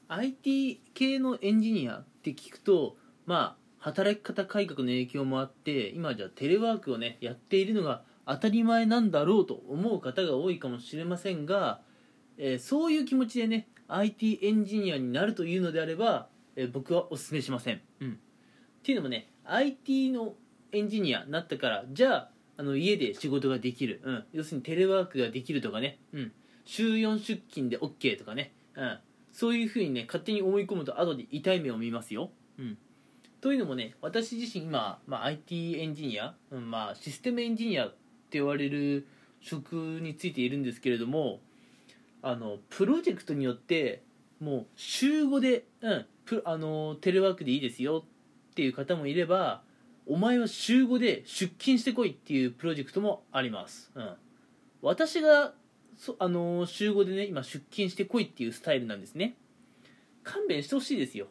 IT 系のエンジニアって聞くと、働き方改革の影響もあって、今じゃテレワークをねやっているのが当たり前なんだろうと思う方が多いかもしれませんが、そういう気持ちでね IT エンジニアになるというのであれば、僕はお勧めしません。っていうのもね、 IT のエンジニアになったからじゃあ、家で仕事ができる、要するにテレワークができるとかね、週4出勤で OK とかね、そういうふうにね勝手に思い込むと後で痛い目を見ますよ。というのもね、私自身今、IT エンジニア、システムエンジニアって言われる職についているんですけれども、プロジェクトによってもう週5で、テレワークでいいですよっていう方もいれば、お前は週5で出勤してこいっていうプロジェクトもあります。私が週5でね今出勤してこいっていうスタイルなんですね。勘弁してほしいですよ。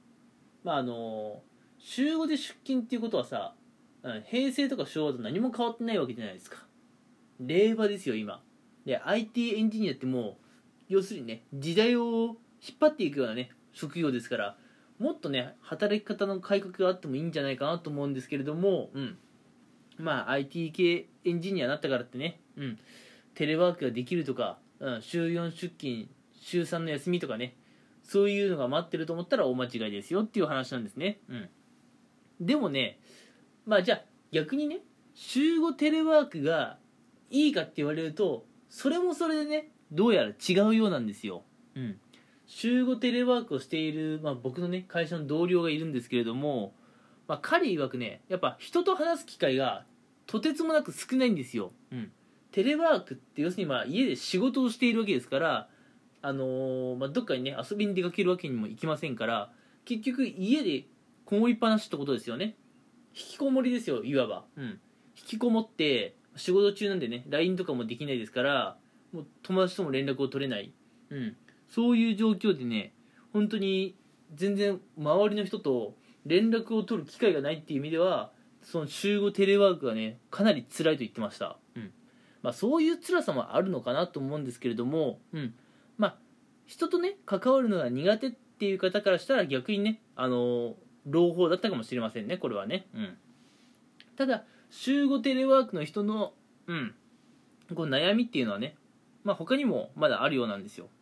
週5で出勤っていうことはさ、平成とか昭和と何も変わってないわけじゃないですか。令和ですよ今で。 IT エンジニアってもう要するにね時代を引っ張っていくようなね職業ですから、もっとね働き方の改革があってもいいんじゃないかなと思うんですけれども、IT 系エンジニアになったからってね、テレワークができるとか、週4出勤週3の休みとかね、そういうのが待ってると思ったら大間違いですよっていう話なんですね。でもね、じゃあ逆にね、週5テレワークがいいかって言われると、それもそれでねどうやら違うようなんですよ。週5テレワークをしている、僕のね会社の同僚がいるんですけれども、彼曰くね、やっぱ人と話す機会がとてつもなく少ないんですよ。テレワークって要するに家で仕事をしているわけですから、どっかにね遊びに出かけるわけにもいきませんから、結局家でこもりっぱなしってことですよね。引きこもりですよいわば。引きこもって仕事中なんでね LINE とかもできないですから、もう友達とも連絡を取れない、そういう状況でね、本当に全然周りの人と連絡を取る機会がないっていう意味では、その週5テレワークがねかなり辛いと言ってました。そういう辛さもあるのかなと思うんですけれども、人とね関わるのが苦手っていう方からしたら逆にね朗報だったかもしれませんね、これはね。ただ週5テレワークの人のこう悩みっていうのはね、他にもまだあるようなんですよ。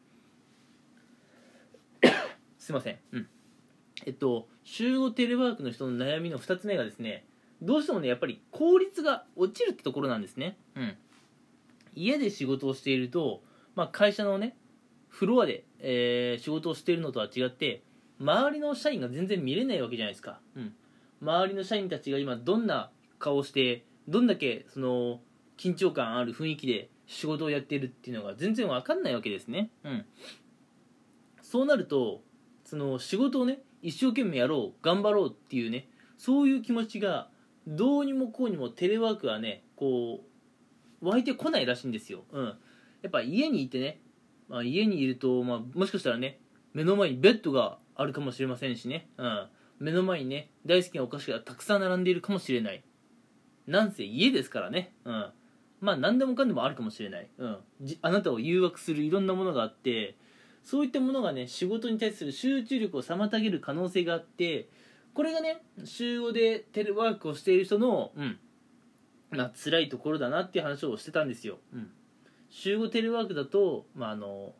すいません。週5テレワークの人の悩みの2つ目がですね、どうしてもねやっぱり効率が落ちるってところなんですね。家で仕事をしていると、会社のねフロアで、仕事をしているのとは違って、周りの社員が全然見れないわけじゃないですか。周りの社員たちが今どんな顔をしてどんだけその緊張感ある雰囲気で仕事をやっているっていうのが全然わかんないわけですね。そうなると、その仕事をね一生懸命やろう頑張ろうっていうね、そういう気持ちがどうにもこうにもテレワークはねこう湧いてこないらしいんですよ。やっぱ家にいてね、家にいると、もしかしたらね目の前にベッドがあるかもしれませんしね、目の前にね大好きなお菓子がたくさん並んでいるかもしれない。なんせ家ですからね。何でもかんでもあるかもしれない。あなたを誘惑するいろんなものがあって、そういったものがね仕事に対する集中力を妨げる可能性があって、これがね週5でテレワークをしている人の辛いところだなっていう話をしてたんですよ。週5テレワークだと、周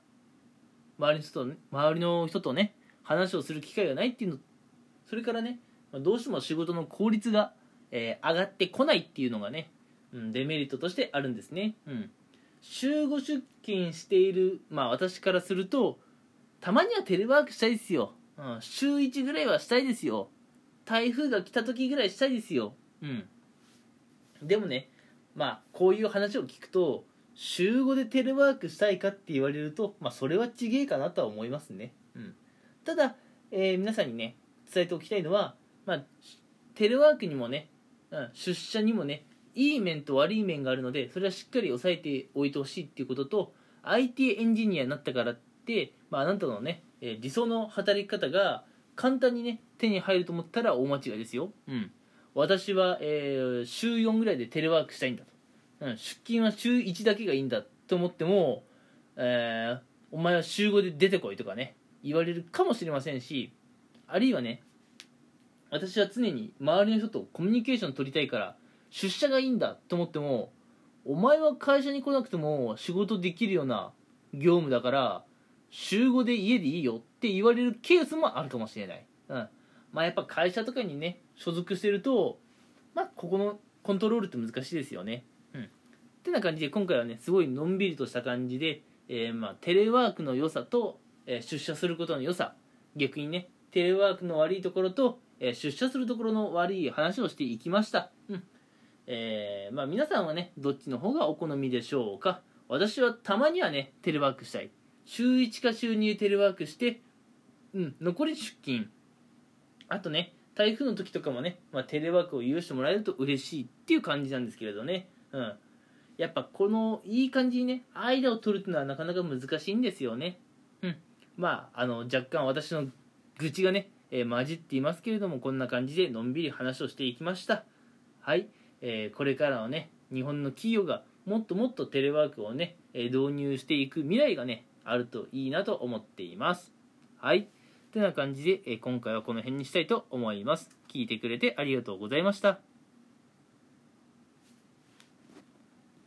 りの人とね話をする機会がないっていうの、それからね、どうしても仕事の効率が、上がってこないっていうのがね、デメリットとしてあるんですね。週5出勤している、私からすると、たまにはテレワークしたいですよ。週1ぐらいはしたいですよ。台風が来た時ぐらいしたいですよ。でもね、こういう話を聞くと、週5でテレワークしたいかって言われると、それはちげえかなとは思いますね。ただ、皆さんにね伝えておきたいのは、テレワークにもね、出社にもねいい面と悪い面があるので、それはしっかり押さえておいてほしいっていうことと、 IT エンジニアになったからって、あなたのね、理想の働き方が簡単にね手に入ると思ったら大間違いですよ。私は、週4ぐらいでテレワークしたいんだと、出勤は週1だけがいいんだと思っても、お前は週5で出てこいとかね、 言われるかもしれませんし、あるいはね、私は常に周りの人とコミュニケーション取りたいから出社がいいんだと思っても、お前は会社に来なくても仕事できるような業務だから週5で家でいいよって言われるケースもあるかもしれない。まあやっぱ会社とかにね所属してると、ここのコントロールって難しいですよね。ってな感じで今回はねすごいのんびりとした感じで、テレワークの良さと、出社することの良さ、逆にねテレワークの悪いところと、出社するところの悪い話をしていきました。皆さんはねどっちの方がお好みでしょうか。私はたまにはねテレワークしたい。週1か週2でテレワークして、残り出勤、あとね台風の時とかもね、テレワークを許してもらえると嬉しいっていう感じなんですけれどね。やっぱこのいい感じにね間を取るっていうのはなかなか難しいんですよね。若干私の愚痴がね、混じっていますけれども、こんな感じでのんびり話をしていきました。はい、これからはね日本の企業がもっともっとテレワークをね導入していく未来がねあるといいなと思っています。はい、てな感じで今回はこの辺にしたいと思います。聞いてくれてありがとうございました。